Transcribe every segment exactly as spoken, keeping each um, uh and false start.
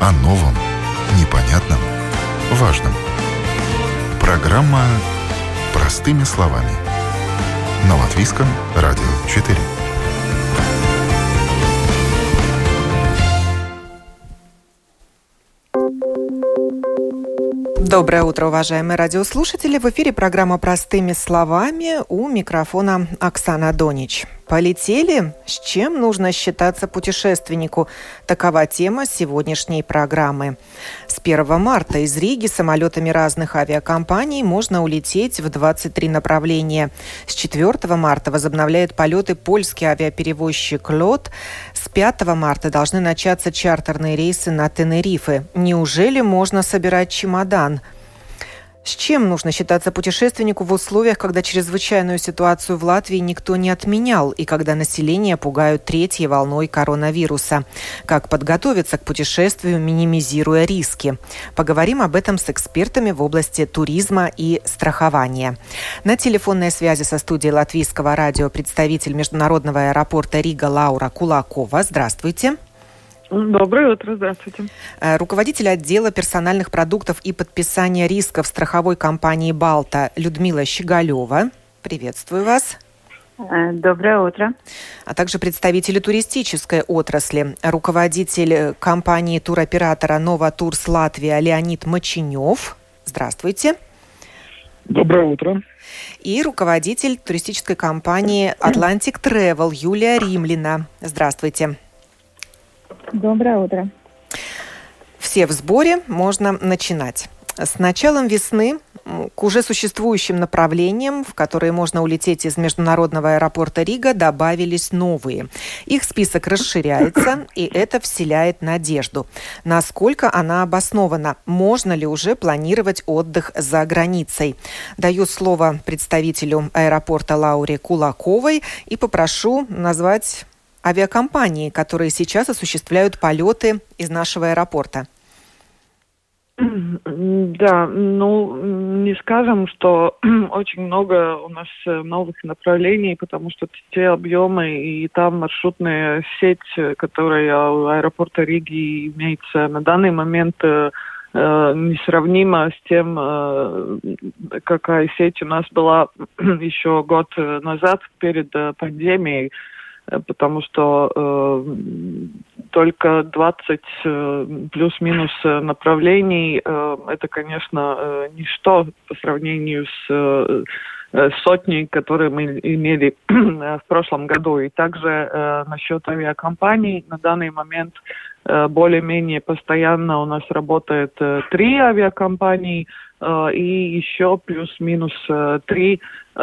О новом, непонятном, важном. Программа «Простыми словами» на Латвийском радио четыре. Доброе утро, уважаемые радиослушатели. В эфире программа «Простыми словами». У микрофона Оксана Донич. Полетели? С чем нужно считаться путешественнику? Такова тема сегодняшней программы. С первого марта из Риги самолетами разных авиакомпаний можно улететь в двадцать три направления. С четвёртого марта возобновляет полеты польский авиаперевозчик «Лот». С пятого марта должны начаться чартерные рейсы на Тенерифе. Неужели можно собирать чемодан? С чем нужно считаться путешественнику в условиях, когда чрезвычайную ситуацию в Латвии никто не отменял и когда население пугают третьей волной коронавируса? Как подготовиться к путешествию, минимизируя риски? Поговорим об этом с экспертами в области туризма и страхования. На телефонной связи со студией Латвийского радио представитель международного аэропорта Рига Лаура Кулакова. Здравствуйте. Доброе утро, здравствуйте. Руководитель отдела персональных продуктов и подписания рисков страховой компании «Балта» Людмила Щеголева. Приветствую вас. Доброе утро. А также представители туристической отрасли. Руководитель компании туроператора «Нова Турс Латвия» Леонид Моченев. Здравствуйте. Доброе утро. И руководитель туристической компании «Атлантик Тревел» Юлия Римлина. Здравствуйте. Доброе утро. Все в сборе, можно начинать. С началом весны к уже существующим направлениям, в которые можно улететь из международного аэропорта Рига, добавились новые. Их список расширяется, и это вселяет надежду. Насколько она обоснована? Можно ли уже планировать отдых за границей? Даю слово представителю аэропорта Лауре Кулаковой и попрошу назвать авиакомпании, которые сейчас осуществляют полеты из нашего аэропорта. Да, ну, не скажем, что очень много у нас новых направлений, потому что те объемы и там маршрутная сеть, которая у аэропорта Риги имеется на данный момент, несравнима с тем, какая сеть у нас была еще год назад перед пандемией. Потому что э, только двадцать э, плюс-минус направлений, э, это, конечно, э, ничто по сравнению с э, сотней, которые мы имели в прошлом году. И также э, насчет авиакомпаний на данный момент э, более-менее постоянно у нас работает э, три авиакомпании, и еще плюс-минус э, три э,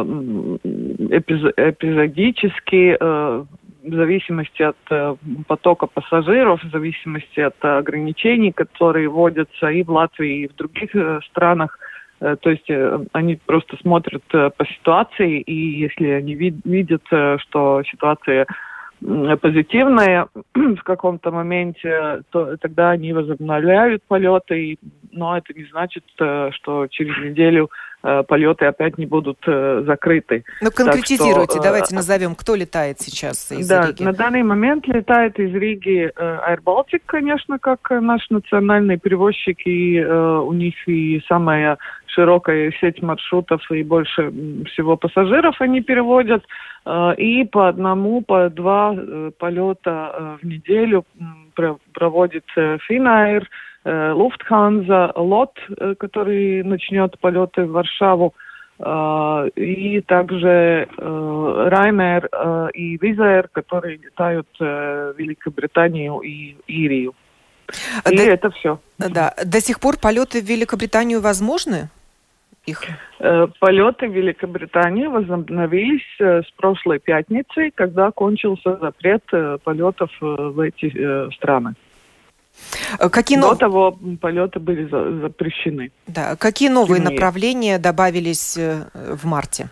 эпиз- эпизодически, э, в зависимости от э, потока пассажиров, в зависимости от ограничений, которые вводятся и в Латвии, и в других э, странах. Э, то есть э, они просто смотрят э, по ситуации, и если они вид- видят, э, что ситуация позитивная в каком-то моменте, то тогда они возобновляют полеты, но это не значит, что через неделю полеты опять не будут закрыты. Ну, конкретизируйте, что, давайте назовем, кто летает сейчас из да, Риги. На данный момент летает из Риги Air Baltic, конечно, как наш национальный перевозчик, и у них и самая широкая сеть маршрутов, и больше всего пассажиров они переводят. И по одному, по два полета в неделю проводит Finnair, Lufthansa, Лот, который начнет полеты в Варшаву, и также Ryanair и Wizz Air, которые летают в Великобританию и Ирию. И да, это все. Да. До сих пор полеты в Великобританию возможны? Их? Полеты в Великобритании возобновились с прошлой пятницы, когда кончился запрет полетов в эти страны. Какие До нов... того полеты были за- запрещены. Да. Какие новые Темнее. направления добавились в марте?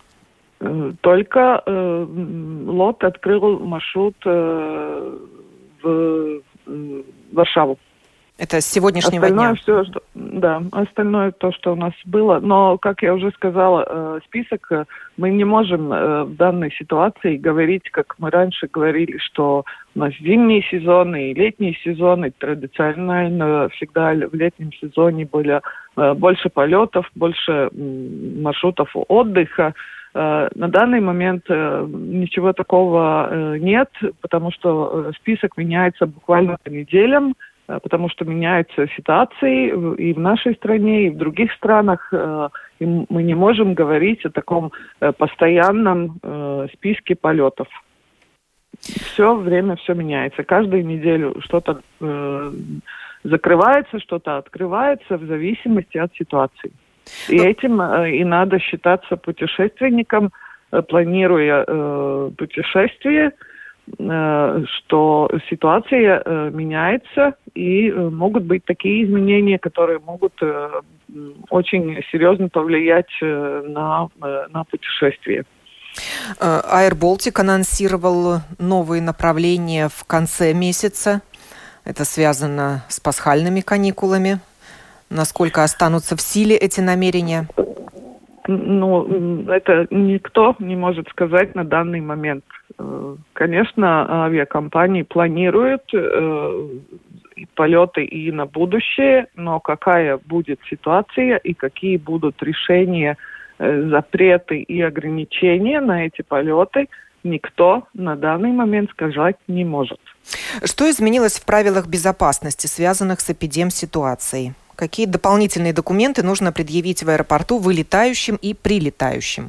Только э, Лот открыл маршрут э, в э, Варшаву. Это с сегодняшнего остальное дня? Все, что, да, остальное то, что у нас было. Но, как я уже сказала, список мы не можем в данной ситуации говорить, как мы раньше говорили, что у нас зимние сезоны и летние сезоны. Традиционно всегда в летнем сезоне были больше полетов, больше маршрутов отдыха. На данный момент ничего такого нет, потому что список меняется буквально по неделям, потому что меняются ситуации и в нашей стране, и в других странах. И мы не можем говорить о таком постоянном списке полетов. Все время все меняется. Каждую неделю что-то закрывается, что-то открывается в зависимости от ситуации. И этим и надо считаться путешественником, планируя путешествие, что ситуация э, меняется, и э, могут быть такие изменения, которые могут э, очень серьезно повлиять э, на, э, на путешествие. Air Baltic анонсировал новые направления в конце месяца. Это связано с пасхальными каникулами. Насколько останутся в силе эти намерения? Ну, это никто не может сказать на данный момент. Конечно, авиакомпании планируют э, полеты и на будущее, но какая будет ситуация и какие будут решения, э, запреты и ограничения на эти полеты, никто на данный момент сказать не может. Что изменилось в правилах безопасности, связанных с эпидем-ситуацией? Какие дополнительные документы нужно предъявить в аэропорту вылетающим и прилетающим?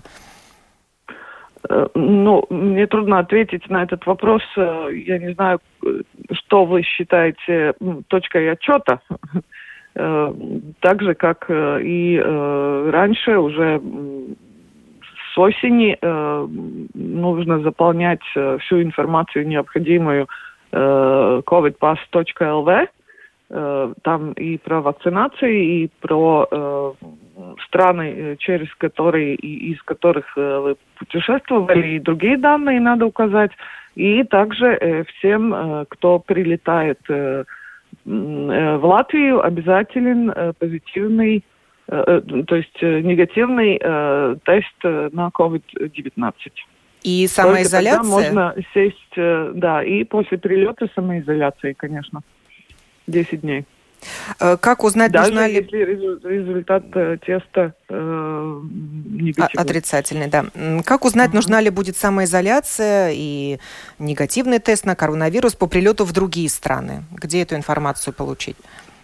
Ну, мне трудно ответить на этот вопрос. Я не знаю, что вы считаете точкой отчета. Так же, как и раньше, уже с осени нужно заполнять всю информацию необходимую ковид пас точка эл ви. Там и про вакцинации, и про э, страны, через которые и из которых э, вы путешествовали, и другие данные надо указать. И также э, всем, э, кто прилетает э, э, в Латвию, обязателен э, позитивный, э, то есть э, негативный э, тест на ковид девятнадцать. И самоизоляция? Только тогда можно сесть, э, да, и после прилета самоизоляции, конечно. десять дней. Как узнать, даже нужна ли... если результат э, теста э, негативный. Отрицательный, да. Как узнать, uh-huh. нужна ли будет самоизоляция и негативный тест на коронавирус по прилету в другие страны? Где эту информацию получить?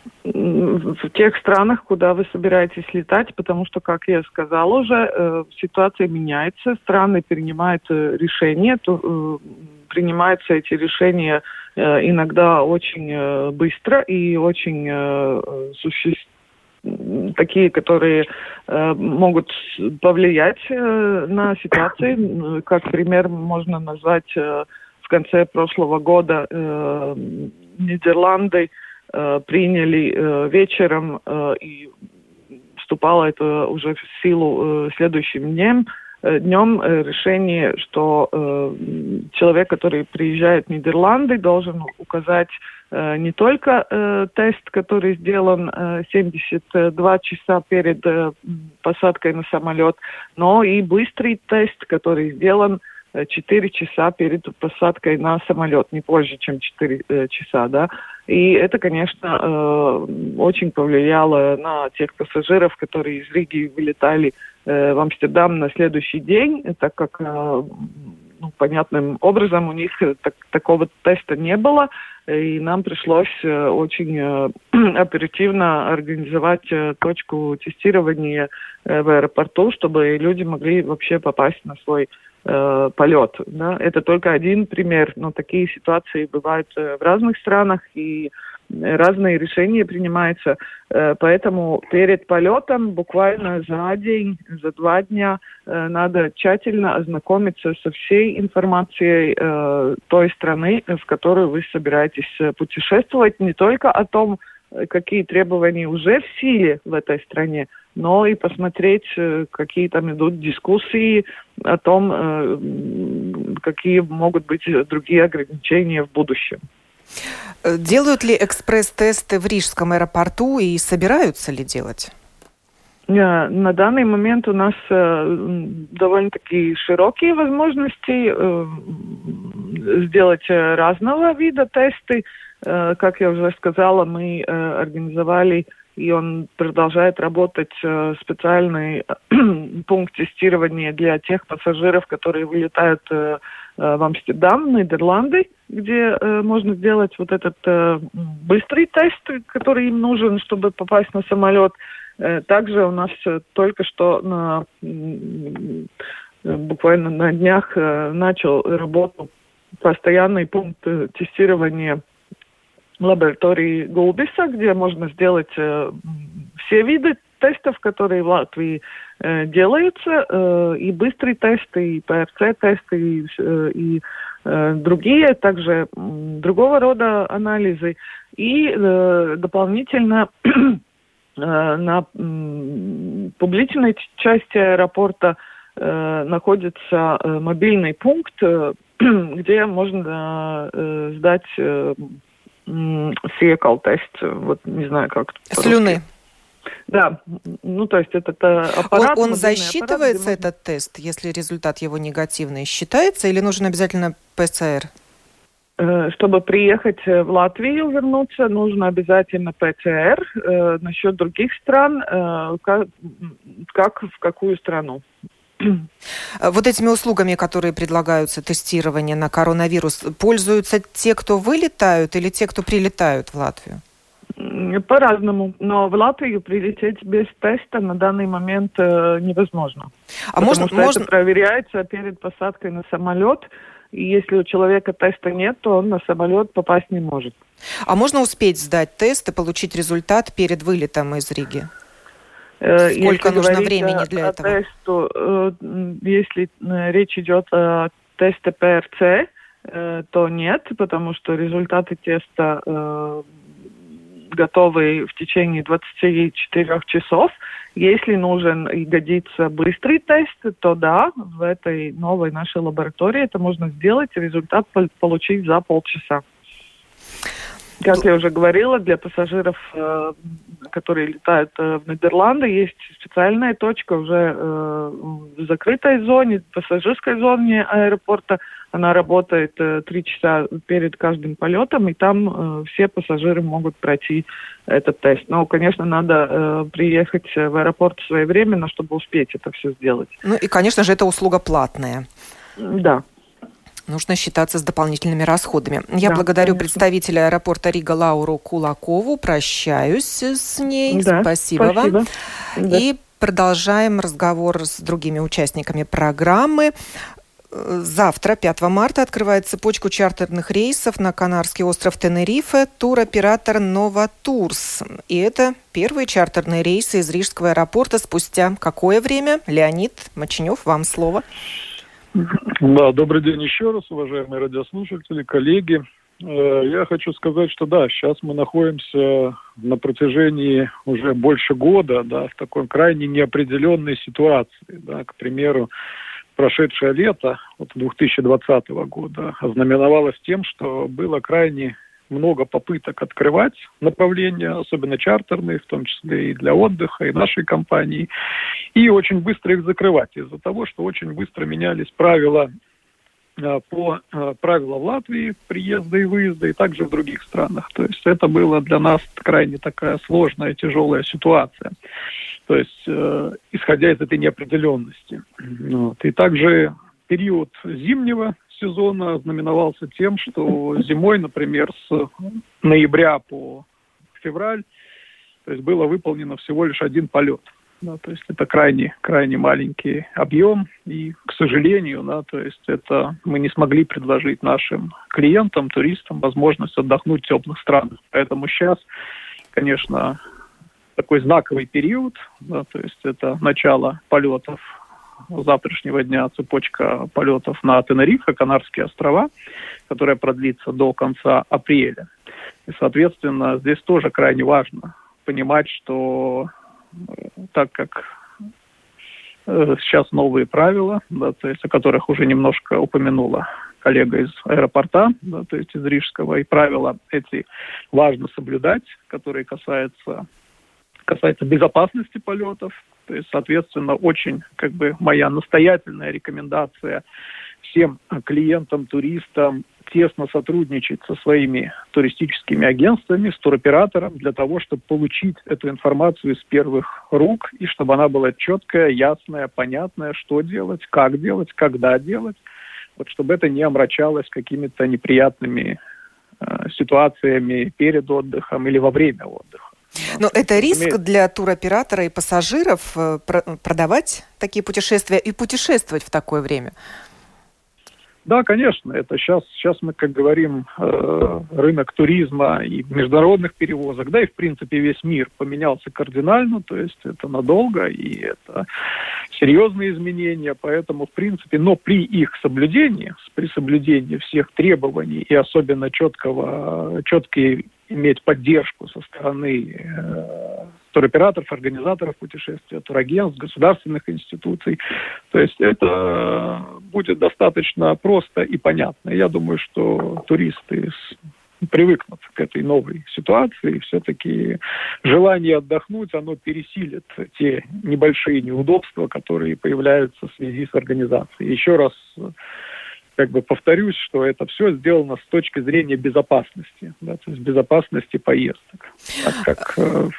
В тех странах, куда вы собираетесь летать, потому что, как я сказала уже, э, ситуация меняется, страны принимают э, решения, то, э, принимаются эти решения э, иногда очень э, быстро и очень э, существенные, такие, которые э, могут повлиять э, на ситуацию. Как пример можно назвать э, в конце прошлого года э, Нидерланды э, приняли э, вечером, э, и вступало это уже в силу э, следующим днем, днем решение, что э, человек, который приезжает в Нидерланды, должен указать э, не только э, тест, который сделан э, семьдесят два часа перед э, посадкой на самолет, но и быстрый тест, который сделан э, четыре часа перед посадкой на самолет, не позже, чем четыре э, часа, да. И это, конечно, э, очень повлияло на тех пассажиров, которые из Риги вылетали в Амстердам на следующий день, так как, ну, понятным образом у них так, такого теста не было, и нам пришлось очень оперативно организовать точку тестирования в аэропорту, чтобы люди могли вообще попасть на свой э, полет. Да? Это только один пример, но такие ситуации бывают в разных странах, и разные решения принимаются, поэтому перед полетом буквально за день, за два дня надо тщательно ознакомиться со всей информацией той страны, в которую вы собираетесь путешествовать, не только о том, какие требования уже в силе в этой стране, но и посмотреть, какие там идут дискуссии о том, какие могут быть другие ограничения в будущем. Делают ли экспресс-тесты в Рижском аэропорту и собираются ли делать? На данный момент у нас э, довольно-таки широкие возможности э, сделать разного вида тесты. Э, как я уже сказала, мы э, организовали, и он продолжает работать, э, специальный пункт тестирования для тех пассажиров, которые вылетают э, в Амстердам, в Нидерланды, где э, можно сделать вот этот э, быстрый тест, который им нужен, чтобы попасть на самолет. Также у нас только что на, буквально на днях начал работу постоянный пункт тестирования лаборатории Гулбиса, где можно сделать все виды тестов, которые в Латвии делаются, и быстрые тесты, и ПРЦ-тесты, и, и другие, также другого рода анализы. И дополнительно на публичной части аэропорта э, находится э, мобильный пункт, э, где можно э, сдать э, фекал-тест, вот не знаю как. Слюны. Да, ну то есть этот аппарат... Он, он засчитывается, аппарат, этот тест, если результат его негативный, считается или нужен обязательно ПЦР? Чтобы приехать в Латвию, вернуться, нужно обязательно ПЦР. Э, насчет других стран, э, как, как в какую страну? Вот этими услугами, которые предлагаются, тестирование на коронавирус, пользуются те, кто вылетают, или те, кто прилетают в Латвию? По-разному. Но в Латвию прилететь без теста на данный момент э, невозможно. А потому можно, что можно... это проверяется перед посадкой на самолет. И если у человека теста нет, то он на самолет попасть не может. А можно успеть сдать тест и получить результат перед вылетом из Риги? Э, Сколько нужно времени для о этого? Тесту, э, если речь идет о тесте ПРЦ, э, то нет, потому что результаты теста э, готовы в течение двадцати четырёх часов. Если нужен и годится быстрый тест, то да, в этой новой нашей лаборатории это можно сделать, и результат получить за полчаса. Как я уже говорила, для пассажиров, которые летают в Нидерланды, есть специальная точка уже в закрытой зоне, пассажирской зоне аэропорта. Она работает три часа перед каждым полетом, и там все пассажиры могут пройти этот тест. Но, конечно, надо приехать в аэропорт своевременно, чтобы успеть это все сделать. Ну и, конечно же, это услуга платная. Да. Нужно считаться с дополнительными расходами. Я да, благодарю конечно. представителя аэропорта Рига Лауру Кулакову. Прощаюсь с ней. Да, спасибо, спасибо вам. Да. И продолжаем разговор с другими участниками программы. Завтра, пятого марта, открывает цепочку чартерных рейсов на Канарский остров Тенерифе туроператор Nova Tours. И это первые чартерные рейсы из Рижского аэропорта спустя какое время? Леонид Моченев, вам слово. Да, добрый день еще раз, уважаемые радиослушатели, коллеги. Я хочу сказать, что да, сейчас мы находимся на протяжении уже больше года, да, в такой крайне неопределенной ситуации. Да, к примеру, прошедшее лето вот, две тысячи двадцатого года ознаменовалось тем, что было крайне много попыток открывать направления, особенно чартерные, в том числе и для отдыха, и нашей компании, и очень быстро их закрывать из-за того, что очень быстро менялись правила по правила в Латвии приезда и выезда, и также в других странах. То есть это было для нас крайне такая сложная, тяжелая ситуация. То есть э, исходя из этой неопределенности. Вот. И также период зимнего сезона знаменовался тем, что зимой, например, с ноября по февраль, то есть было выполнено всего лишь один полет. Да, то есть это крайне, крайне маленький объем, и, к сожалению, да, то есть это мы не смогли предложить нашим клиентам, туристам возможность отдохнуть в теплых странах. Поэтому сейчас, конечно, такой знаковый период, да, то есть это начало полетов завтрашнего дня, цепочка полетов на Тенерифе, Канарские острова, которая продлится до конца апреля. И, соответственно, здесь тоже крайне важно понимать, что так как э, сейчас новые правила, да, то есть о которых уже немножко упомянула коллега из аэропорта, да, то есть из Рижского, и правила эти важно соблюдать, которые касаются, касаются безопасности полетов. То есть, соответственно, очень как бы моя настоятельная рекомендация всем клиентам, туристам тесно сотрудничать со своими туристическими агентствами, с туроператором для того, чтобы получить эту информацию из первых рук и чтобы она была четкая, ясная, понятная, что делать, как делать, когда делать, вот чтобы это не омрачалось какими-то неприятными э, ситуациями перед отдыхом или во время отдыха. Но это риск для туроператора и пассажиров продавать такие путешествия и путешествовать в такое время? Да, конечно, это сейчас, сейчас мы, как говорим, э, рынок туризма и международных перевозок, да и, в принципе, весь мир поменялся кардинально, то есть это надолго, и это серьезные изменения, поэтому, в принципе, но при их соблюдении, при соблюдении всех требований и особенно четкого, четкие иметь поддержку со стороны э, туроператоров, организаторов путешествия, турагентств, государственных институций. То есть это будет достаточно просто и понятно. Я думаю, что туристы с... привыкнут к этой новой ситуации, и все-таки желание отдохнуть, оно пересилит те небольшие неудобства, которые появляются в связи с организацией. Еще раз как бы повторюсь, что это все сделано с точки зрения безопасности, да, то есть безопасности поездок. Так как,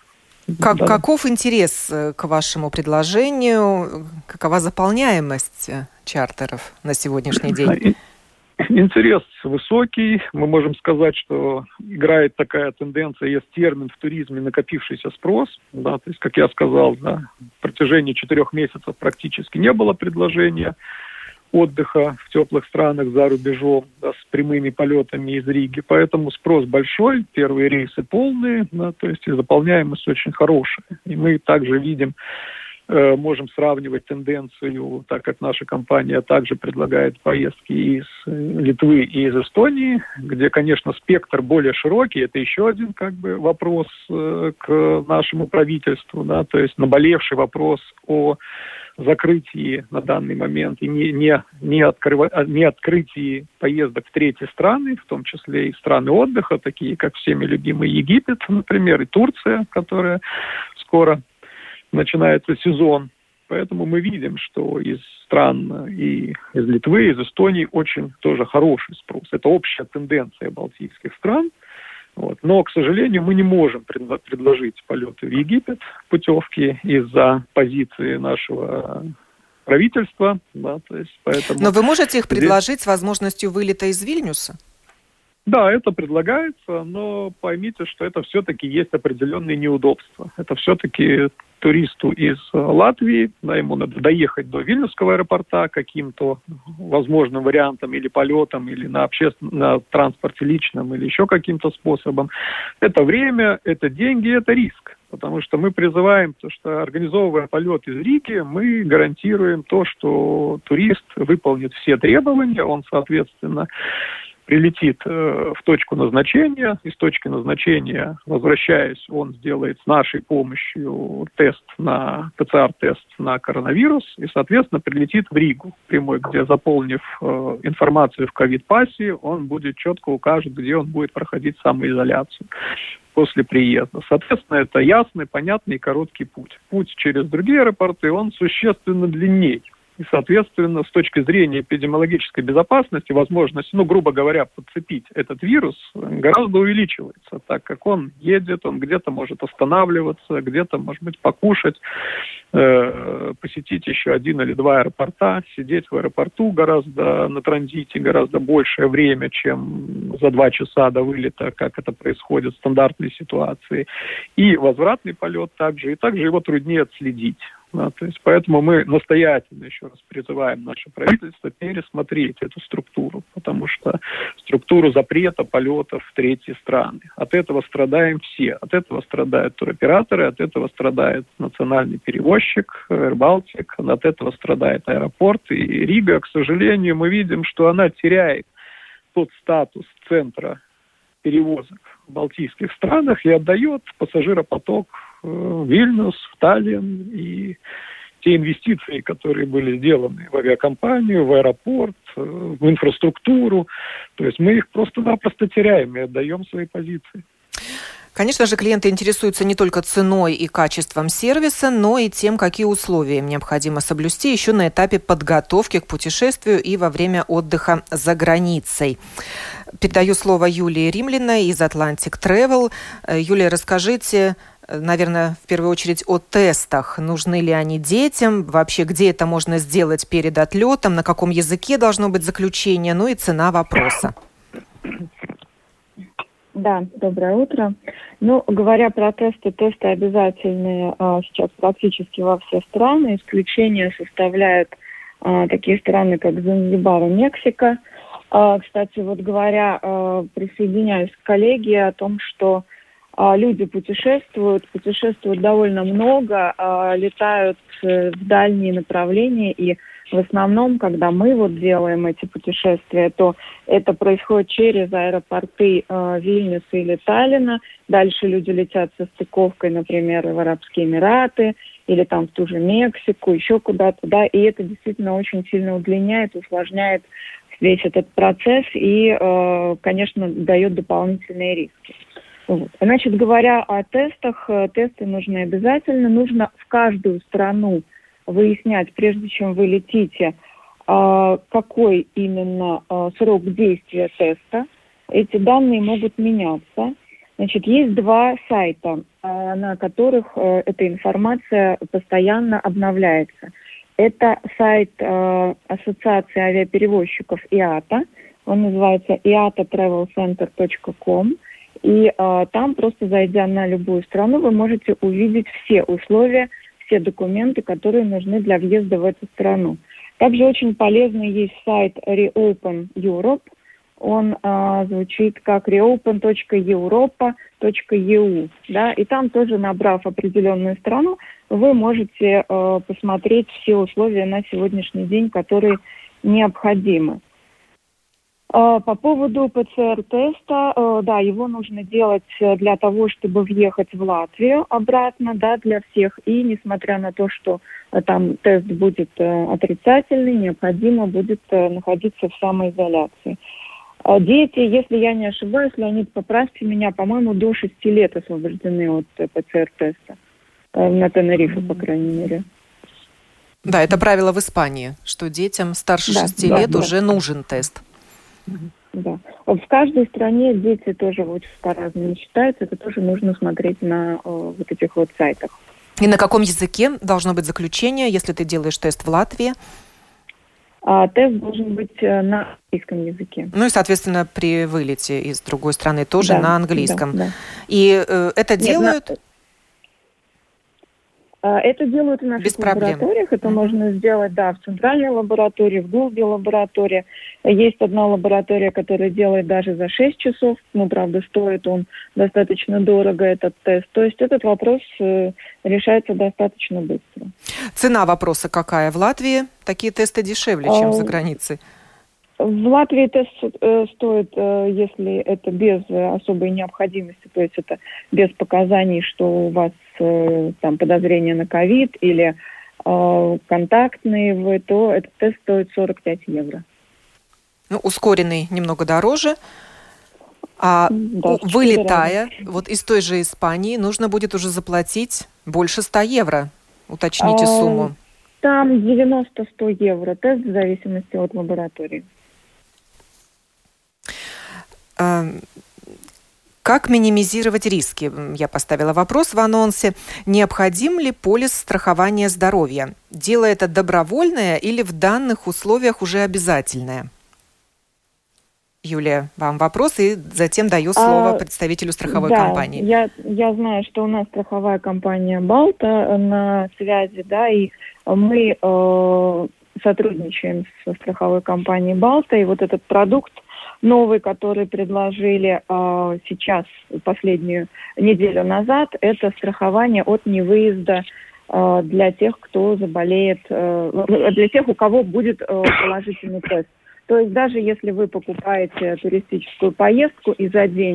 как, да. Каков интерес к вашему предложению? Какова заполняемость чартеров на сегодняшний день? Интерес высокий. Мы можем сказать, что играет такая тенденция, есть термин в туризме «накопившийся спрос». Да, то есть, как я сказал, да, в протяжении четырех месяцев практически не было предложения отдыха в теплых странах за рубежом, да, с прямыми полетами из Риги. Поэтому спрос большой, первые рейсы полные, да, то есть и заполняемость очень хорошая. И мы также видим, э, можем сравнивать тенденцию, так как наша компания также предлагает поездки из Литвы и из Эстонии, где, конечно, спектр более широкий. Это еще один как бы вопрос э, к нашему правительству, да, то есть наболевший вопрос о закрытии на данный момент и не, не, не, открыва, не открытии поездок в третьи страны, в том числе и страны отдыха, такие как всеми любимый Египет, например, и Турция, которая скоро начинается сезон. Поэтому мы видим, что из стран и из Литвы, из Эстонии очень тоже хороший спрос. Это общая тенденция балтийских стран. Вот. Но, к сожалению, мы не можем предло- предложить полеты в Египет, путевки, из-за позиции нашего правительства. Да, то есть поэтому Но вы можете их предложить здесь... с возможностью вылета из Вильнюса? Да, это предлагается, но поймите, что это все-таки есть определенные неудобства. Это все-таки туристу из Латвии, да, ему надо доехать до Вильнюсского аэропорта каким-то возможным вариантом или полетом, или на общественном на транспорте личном, или еще каким-то способом. Это время, это деньги, это риск. Потому что мы призываем, то, что организовывая полет из Риги, мы гарантируем то, что турист выполнит все требования, он, соответственно, прилетит э, в точку назначения, из точки назначения, возвращаясь, он сделает с нашей помощью тест на пэ цэ эр-тест на коронавирус и, соответственно, прилетит в Ригу прямой, где, заполнив э, информацию в ковид-пассе, он будет четко укажет, где он будет проходить самоизоляцию после приезда. Соответственно, это ясный, понятный и короткий путь. Путь через другие аэропорты, он существенно длиннее. И, соответственно, с точки зрения эпидемиологической безопасности, возможность, ну, грубо говоря, подцепить этот вирус гораздо увеличивается, так как он едет, он где-то может останавливаться, где-то, может быть, покушать, э, посетить еще один или два аэропорта, сидеть в аэропорту гораздо на транзите, гораздо большее время, чем за два часа до вылета, как это происходит в стандартной ситуации. И возвратный полет также, и также его труднее отследить. Да, то есть поэтому мы настоятельно еще раз призываем наше правительство пересмотреть эту структуру, потому что структуру запрета полетов в третьи страны. От этого страдаем все. От этого страдают туроператоры, от этого страдает национальный перевозчик Air Baltic, от этого страдает аэропорт. И Рига, к сожалению, мы видим, что она теряет тот статус центра перевозок в балтийских странах и отдает пассажиропоток в Вильнюс, в Таллин и, те инвестиции, которые были сделаны в авиакомпанию, в аэропорт, в инфраструктуру. То есть мы их просто-напросто теряем и отдаем свои позиции. Конечно же, клиенты интересуются не только ценой и качеством сервиса, но и тем, какие условия им необходимо соблюсти еще на этапе подготовки к путешествию и во время отдыха за границей. Передаю слово Юлии Римлиной из Atlantic Travel. Юлия, расскажите, наверное, в первую очередь о тестах. Нужны ли они детям? Вообще, где это можно сделать перед отлетом? На каком языке должно быть заключение? Ну и цена вопроса. Да, доброе утро. Ну, говоря про тесты, тесты обязательные а, сейчас практически во все страны. Исключение составляют а, такие страны, как Занзибар и Мексика. А, кстати, вот говоря, а, присоединяюсь к коллеге о том, что а, люди путешествуют, путешествуют довольно много, а, летают в дальние направления, и в основном, когда мы вот делаем эти путешествия, то это происходит через аэропорты э, Вильнюса или Таллина. Дальше люди летят со стыковкой, например, в Арабские Эмираты или там в ту же Мексику, еще куда-то, да, и это действительно очень сильно удлиняет, усложняет весь этот процесс и, э, конечно, дает дополнительные риски. Вот. Значит, говоря о тестах, тесты нужны обязательно. Нужно в каждую страну выяснять, прежде чем вы летите, какой именно срок действия теста. Эти данные могут меняться. Значит, есть два сайта, на которых эта информация постоянно обновляется. Это сайт Ассоциации авиаперевозчиков ай эй эй ти, он называется ай эй ти travel center точка ком. И там, просто зайдя на любую страну, вы можете увидеть все условия, все документы, которые нужны для въезда в эту страну. Также очень полезный есть сайт Reopen Europe. Он а, звучит как reopen точка europa точка и ю. Да? И там тоже, набрав определенную страну, вы можете а, посмотреть все условия на сегодняшний день, которые необходимы. По поводу ПЦР-теста, да, его нужно делать для того, чтобы въехать в Латвию обратно, да, для всех. И несмотря на то, что там тест будет отрицательный, необходимо будет находиться в самоизоляции. Дети, если я не ошибаюсь, Леонид, поправьте меня, по-моему, до шести лет освобождены от ПЦР-теста. На Тенерифе, по крайней мере. Да, это правило в Испании, что детям старше да, шести да, лет да. уже нужен тест. Да. В каждой стране дети тоже очень по-разному считаются. Это тоже нужно смотреть на о, вот этих вот сайтах. И на каком языке должно быть заключение, если ты делаешь тест в Латвии? А, тест должен быть на английском языке. Ну и, соответственно, при вылете из другой страны тоже да, на английском. Да, да. И э, это Нет, делают... На... Это делают в наших лабораториях. Это mm-hmm. можно сделать, да, в центральной лаборатории, в Гулге лаборатории. Есть одна лаборатория, которая делает даже за шесть часов. Ну, правда, стоит он достаточно дорого, этот тест. То есть этот вопрос э, решается достаточно быстро. Цена вопроса какая? В Латвии такие тесты дешевле, чем а... за границей? В Латвии тест э, стоит, э, если это без э, особой необходимости, то есть это без показаний, что у вас э, там подозрение на ковид или э, контактные вы, то этот тест стоит сорок пять евро. Ну, ускоренный немного дороже. А да, вылетая вот из той же Испании, нужно будет уже заплатить больше ста евро. Уточните а, сумму. Там девяносто-сто евро тест в зависимости от лаборатории. Как минимизировать риски? Я поставила вопрос в анонсе. Необходим ли полис страхования здоровья? Дело это добровольное или в данных условиях уже обязательное? Юлия, вам вопрос, и затем даю слово а, представителю страховой да, компании. Я, я знаю, что у нас страховая компания «Балта» на связи, да, и мы э, сотрудничаем со страховой компанией «Балта», и вот этот продукт новый, который предложили э, сейчас, последнюю неделю назад, это страхование от невыезда э, для тех, кто заболеет, э, для тех, у кого будет э, положительный тест. То есть даже если вы покупаете туристическую поездку и за день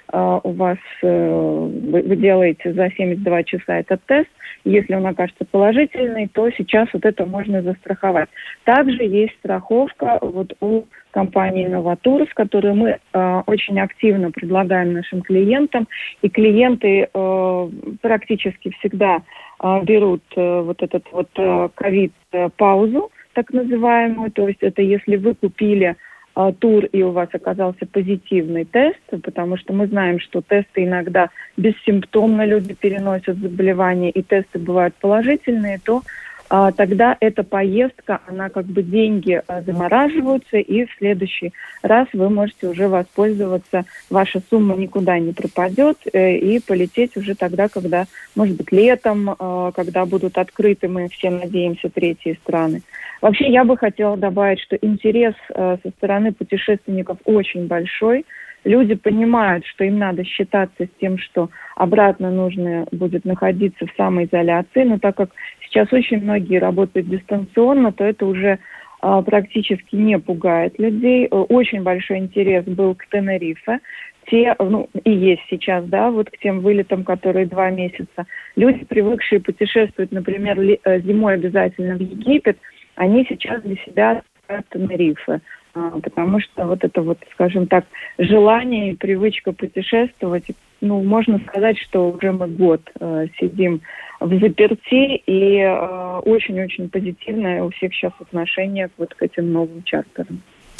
у вас, вы, вы делаете за семьдесят два часа этот тест. Если он окажется положительный, то сейчас вот это можно застраховать. Также есть страховка вот у компании Novaturus, которую мы э, очень активно предлагаем нашим клиентам. И клиенты э, практически всегда э, берут э, вот этот вот э, ковид-паузу, так называемую. То есть это если вы купили э, тур и у вас оказался позитивный тест, потому что мы знаем, что тесты иногда бессимптомно люди переносят заболевания, и тесты бывают положительные, то а, тогда эта поездка, она как бы деньги а, замораживаются, и в следующий раз вы можете уже воспользоваться, ваша сумма никуда не пропадет, э, и полететь уже тогда, когда, может быть, летом, э, когда будут открыты, мы все надеемся, третьи страны. Вообще, я бы хотела добавить, что интерес э, со стороны путешественников очень большой. Люди понимают, что им надо считаться с тем, что обратно нужно будет находиться в самоизоляции, но так как сейчас очень многие работают дистанционно, то это уже а, практически не пугает людей. Очень большой интерес был к Тенерифе. Те, ну, и есть сейчас, да, вот к тем вылетам, которые два месяца. Люди, привыкшие путешествовать, например, зимой обязательно в Египет, они сейчас для себя открывают Тенерифе. Потому что вот это вот, скажем так, желание и привычка путешествовать, ну, можно сказать, что уже мы год э, сидим в заперти, и э, очень-очень позитивное у всех сейчас отношение вот к этим новым чартерам.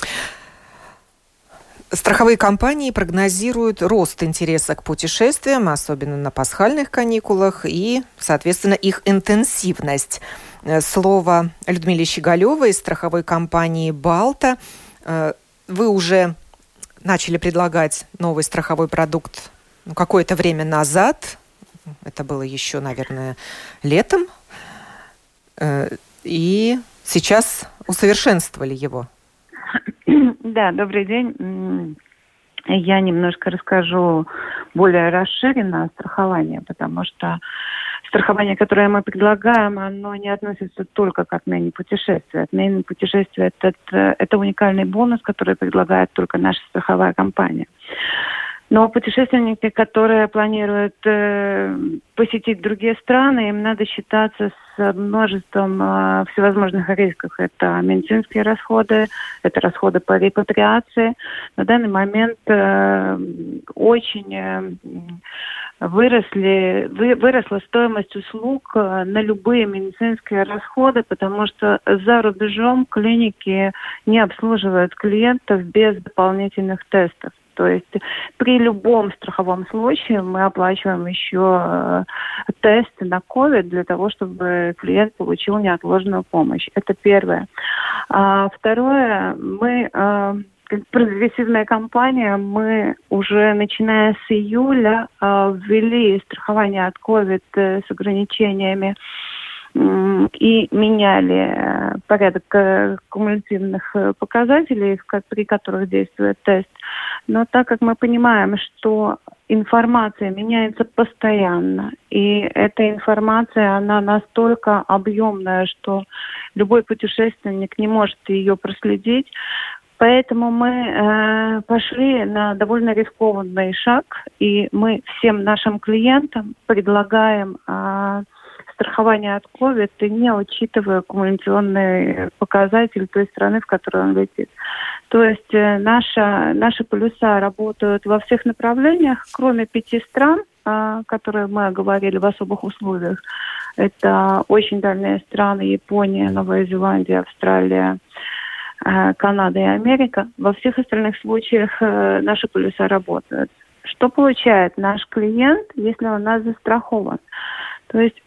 Страховые компании прогнозируют рост интереса к путешествиям, особенно на пасхальных каникулах, и, соответственно, их интенсивность. Слово Людмиле Щеголевой из страховой компании «Балта». Вы уже начали предлагать новый страховой продукт ну, какое-то время назад. Это было еще, наверное, летом. И сейчас усовершенствовали его. Да, добрый день. Я немножко расскажу более расширенно о страховании, потому что страхование, которое мы предлагаем, оно не относится только к отмене путешествия. Отмена путешествия – это, это уникальный бонус, который предлагает только наша страховая компания. Но путешественники, которые планируют э, посетить другие страны, им надо считаться с множеством э, всевозможных рисков. Это медицинские расходы, это расходы по репатриации. На данный момент э, очень э, выросли, вы, выросла стоимость услуг э, на любые медицинские расходы, потому что за рубежом клиники не обслуживают клиентов без дополнительных тестов. То есть при любом страховом случае мы оплачиваем еще э, тесты на ковид для того, чтобы клиент получил неотложную помощь. Это первое. А второе, мы, э, как прогрессивная компания, мы уже начиная с июля э, ввели страхование от ковид э, с ограничениями и меняли порядок кумулятивных показателей, при которых действует тест. Но так как мы понимаем, что информация меняется постоянно, и эта информация, она настолько объемная, что любой путешественник не может ее проследить, поэтому мы э, пошли на довольно рискованный шаг, и мы всем нашим клиентам предлагаем э, страхование от ковид, не учитывая кумуляционный показатель той страны, в которой он летит. То есть э, наша, наши полюса работают во всех направлениях, кроме пяти стран, э, которые мы оговорили в особых условиях. Это очень дальние страны: Япония, Новая Зеландия, Австралия, э, Канада и Америка. Во всех остальных случаях э, наши полюса работают. Что получает наш клиент, если он у нас застрахован? То есть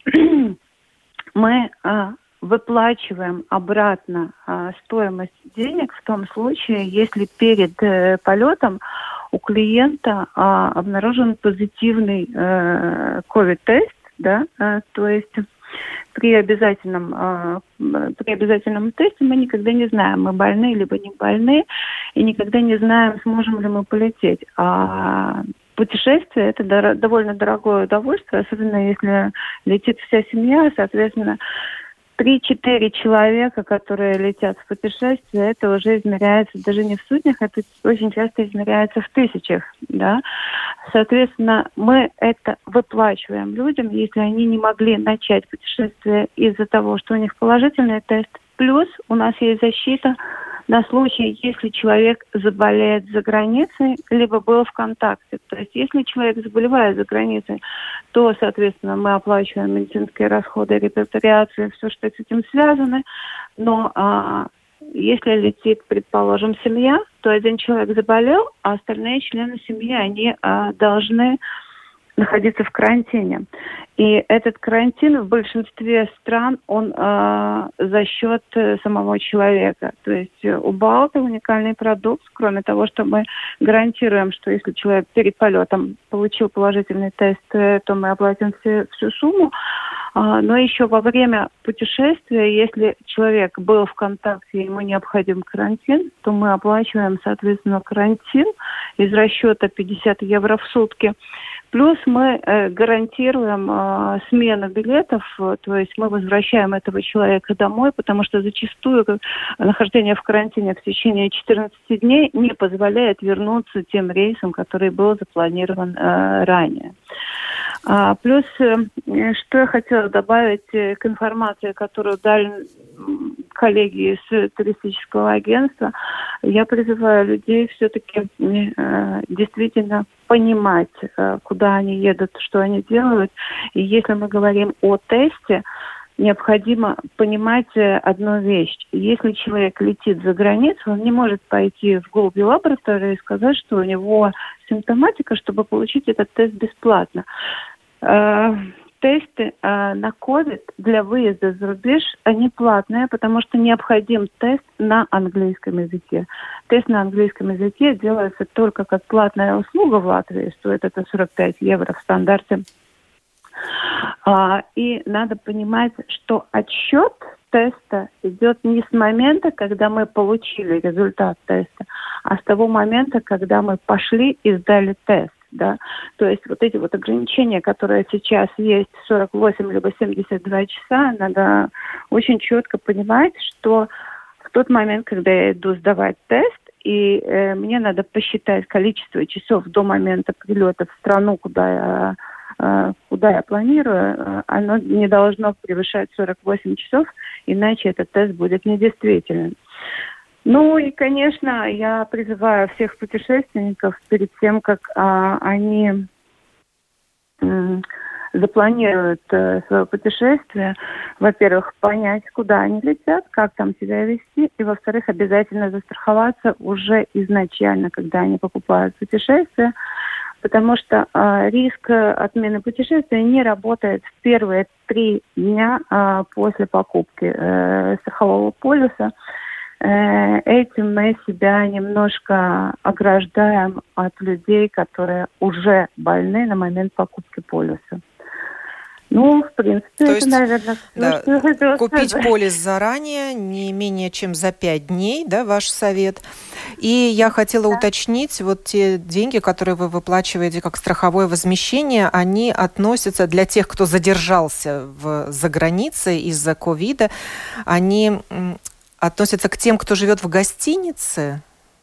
мы а, выплачиваем обратно а, стоимость денег в том случае, если перед э, полетом у клиента а, обнаружен позитивный э, ковид-тест, да, а, то есть при обязательном, а, при обязательном тесте мы никогда не знаем, мы больны либо не больны, и никогда не знаем, сможем ли мы полететь. А путешествие – это дор- довольно дорогое удовольствие, особенно если летит вся семья, соответственно, три-четыре человека, которые летят в путешествие, это уже измеряется даже не в сотнях, это очень часто измеряется в тысячах, да. Соответственно, мы это выплачиваем людям, если они не могли начать путешествие из-за того, что у них положительный тест. Плюс у нас есть защита на случай, если человек заболеет за границей, либо был в контакте. То есть, если человек заболевает за границей, то, соответственно, мы оплачиваем медицинские расходы, репатриацию, все, что с этим связано. Но а, если летит, предположим, семья, то один человек заболел, а остальные члены семьи, они а, должны находиться в карантине. И этот карантин в большинстве стран, он э, за счет самого человека. То есть у БАЛ это уникальный продукт, кроме того, что мы гарантируем, что если человек перед полетом получил положительный тест, то мы оплатим все, всю сумму. А, но еще во время путешествия, если человек был в контакте и ему необходим карантин, то мы оплачиваем, соответственно, карантин из расчета пятьдесят евро в сутки. Плюс мы э, гарантируем э, смену билетов, э, то есть мы возвращаем этого человека домой, потому что зачастую э, нахождение в карантине в течение четырнадцати дней не позволяет вернуться тем рейсом, который был запланирован э, ранее. А, плюс, э, что я хотела добавить э, к информации, которую дали коллеги из туристического агентства, я призываю людей все-таки э, действительно понимать, э, куда они едут, что они делают. И если мы говорим о тесте, необходимо понимать одну вещь. Если человек летит за границу, он не может пойти в Голуби лабораторию и сказать, что у него симптоматика, чтобы получить этот тест бесплатно. Э, Тесты э, на ковид для выезда за рубеж, они платные, потому что необходим тест на английском языке. Тест на английском языке делается только как платная услуга в Латвии, стоит это сорок пять евро в стандарте. А, и надо понимать, что отсчет теста идет не с момента, когда мы получили результат теста, а с того момента, когда мы пошли и сдали тест. Да? То есть вот эти вот ограничения, которые сейчас есть, сорок восемь либо семьдесят два часа, надо очень четко понимать, что в тот момент, когда я иду сдавать тест, и э, мне надо посчитать количество часов до момента прилета в страну, куда я, э, куда я планирую, э, оно не должно превышать сорок восемь часов, иначе этот тест будет недействителен. Ну и, конечно, я призываю всех путешественников перед тем, как а, они м, запланируют а, свое путешествие, во-первых, понять, куда они летят, как там себя вести, и, во-вторых, обязательно застраховаться уже изначально, когда они покупают путешествие, потому что а, риск отмены путешествия не работает в первые три дня а, после покупки а, страхового полиса. Этим мы себя немножко ограждаем от людей, которые уже больны на момент покупки полиса. Ну, в принципе, То это, есть, наверное, все, да, что я хотела купить сказать. полис заранее, не менее чем за пять дней, да, ваш совет. И я хотела да. уточнить, вот те деньги, которые вы выплачиваете как страховое возмещение, они относятся для тех, кто задержался в, за границей из-за ковида, они относятся к тем, кто живет в гостинице?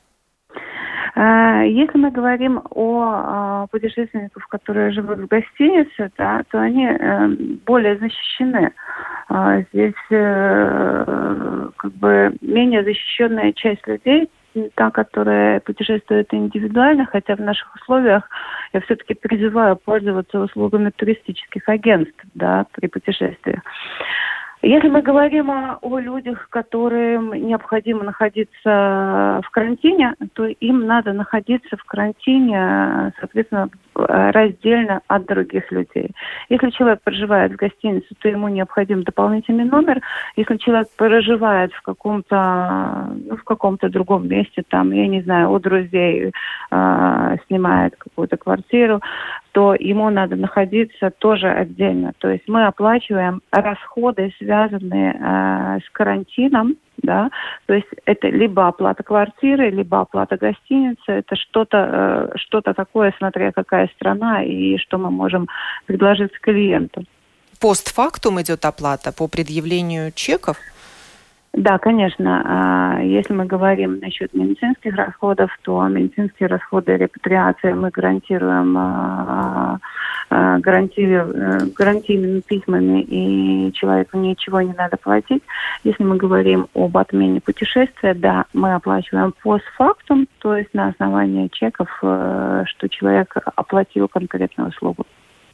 Если мы говорим о путешественниках, которые живут в гостинице, да, то они более защищены. Здесь как бы менее защищенная часть людей, та, которая путешествует индивидуально, хотя в наших условиях я все-таки призываю пользоваться услугами туристических агентств, да, при путешествиях. Если мы говорим о, о людях, которым необходимо находиться в карантине, то им надо находиться в карантине, соответственно, раздельно от других людей. Если человек проживает в гостинице, то ему необходим дополнительный номер. Если человек проживает в каком-то, ну, в каком-то другом месте, там, я не знаю, у друзей э, снимает какую-то квартиру, то ему надо находиться тоже отдельно. То есть мы оплачиваем расходы, связанные э, с карантином, да, то есть это либо оплата квартиры, либо оплата гостиницы, это что-то, э, что-то такое, смотря какая страна и что мы можем предложить клиенту. постфактум идет оплата по предъявлению чеков? Да, конечно. Если мы говорим насчет медицинских расходов, то медицинские расходы репатриации мы гарантируем гарантируем, гарантийными письмами, и человеку ничего не надо платить. Если мы говорим об отмене путешествия, да, мы оплачиваем постфактум, то есть на основании чеков, что человек оплатил конкретную услугу.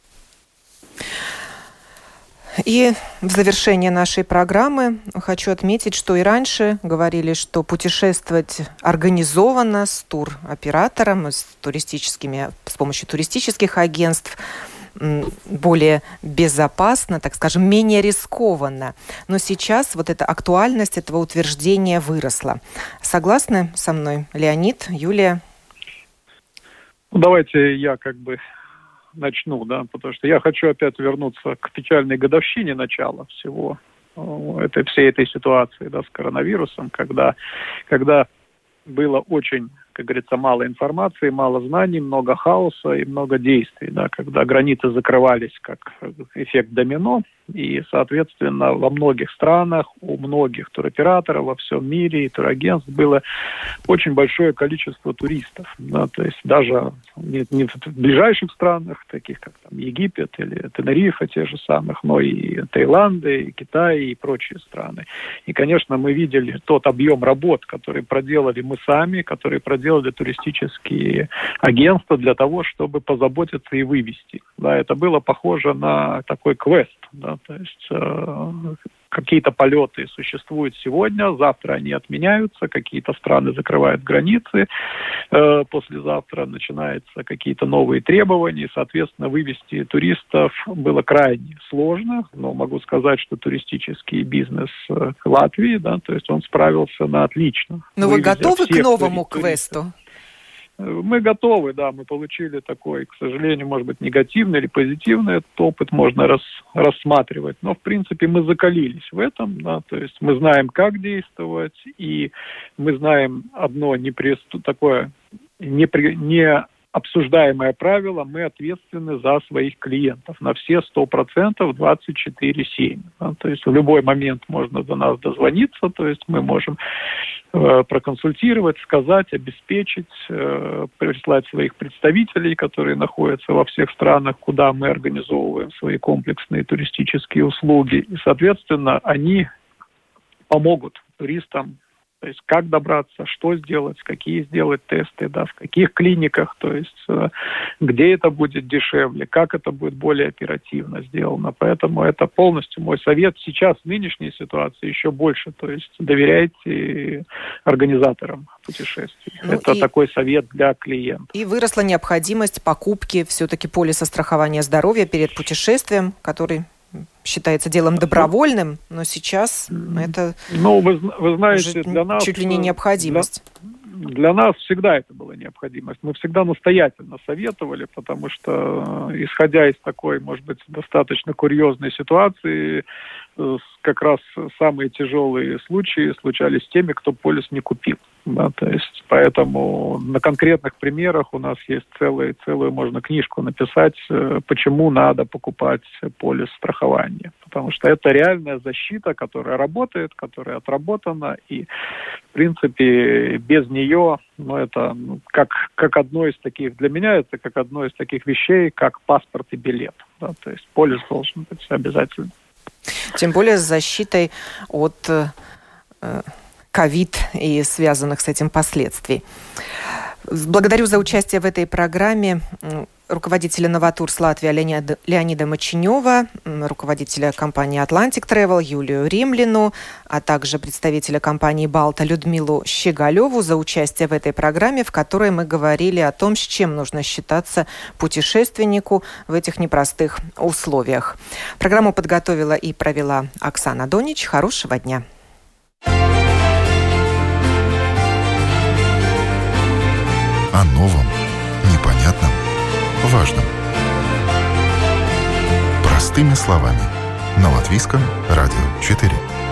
И в завершение нашей программы хочу отметить, что и раньше говорили, что путешествовать организованно с туроператором, с туристическими, с помощью туристических агентств более безопасно, так скажем, менее рискованно. Но сейчас вот эта актуальность этого утверждения выросла. Согласны со мной, Леонид, Юлия? Ну, давайте я как бы начну, да, потому что я хочу опять вернуться к печальной годовщине начала всего этой, всей этой ситуации, да, с коронавирусом, когда, когда было очень, как говорится, мало информации, мало знаний, много хаоса и много действий, да, когда границы закрывались как эффект домино, и, соответственно, во многих странах, у многих туроператоров во всем мире и турагентств было очень большое количество туристов, да, то есть даже не, не в ближайших странах, таких как там Египет или Тенерифе, те же самых, но и Таиланд, и Китай, и прочие страны. И, конечно, мы видели тот объем работ, который проделали мы сами, которые проделали туристические агентства для того, чтобы позаботиться и вывести. Да, это было похоже на такой квест, да, то есть э, какие-то полеты существуют сегодня, завтра они отменяются, какие-то страны закрывают границы, э, послезавтра начинаются какие-то новые требования, и, соответственно, вывести туристов было крайне сложно, но могу сказать, что туристический бизнес Латвии, да, то есть он справился на отлично. Но вы готовы к новому квесту? Мы готовы, да, мы получили такой, к сожалению, может быть, негативный или позитивный этот опыт, можно рас, рассматривать, но, в принципе, мы закалились в этом, да, то есть мы знаем, как действовать, и мы знаем одно непресту, такое непри, не обсуждаемое правило, мы ответственны за своих клиентов на все сто процентов двадцать четыре семь. Да, то есть в любой момент можно до нас дозвониться, то есть мы можем э, проконсультировать, сказать, обеспечить, э, прислать своих представителей, которые находятся во всех странах, куда мы организовываем свои комплексные туристические услуги. И, соответственно, они помогут туристам. То есть как добраться, что сделать, какие сделать тесты, да, в каких клиниках, то есть э, где это будет дешевле, как это будет более оперативно сделано. Поэтому это полностью мой совет сейчас в нынешней ситуации еще больше. То есть доверяйте организаторам путешествий. Ну это и, такой совет для клиентов. И выросла необходимость покупки все-таки полиса страхования здоровья перед путешествием, который считается делом добровольным, но сейчас это ну, вы, вы знаете, для нас, чуть ли не необходимость. Для, для нас всегда это была необходимость. Мы всегда настоятельно советовали, потому что, исходя из такой, может быть, достаточно курьезной ситуации, как раз самые тяжелые случаи случались с теми, кто полис не купил. Да, то есть, поэтому на конкретных примерах у нас есть целую, целую можно книжку написать, почему надо покупать полис страхования. Потому что это реальная защита, которая работает, которая отработана, и, в принципе, без нее, ну, это ну, как, как одно из таких, для меня это как одно из таких вещей, как паспорт и билет. Да, то есть полис должен быть обязательно. Тем более с защитой от ковид и связанных с этим последствий. Благодарю за участие в этой программе руководителя Новатурс Латвия Леонида, Леонида Моченева, руководителя компании Atlantic Travel Юлию Римлину, а также представителя компании Балта Людмилу Щеголеву за участие в этой программе, в которой мы говорили о том, с чем нужно считаться путешественнику в этих непростых условиях. Программу подготовила и провела Оксана Донич. Хорошего дня. О новом, непонятном, важном. Простыми словами. На Латвийском радио четыре.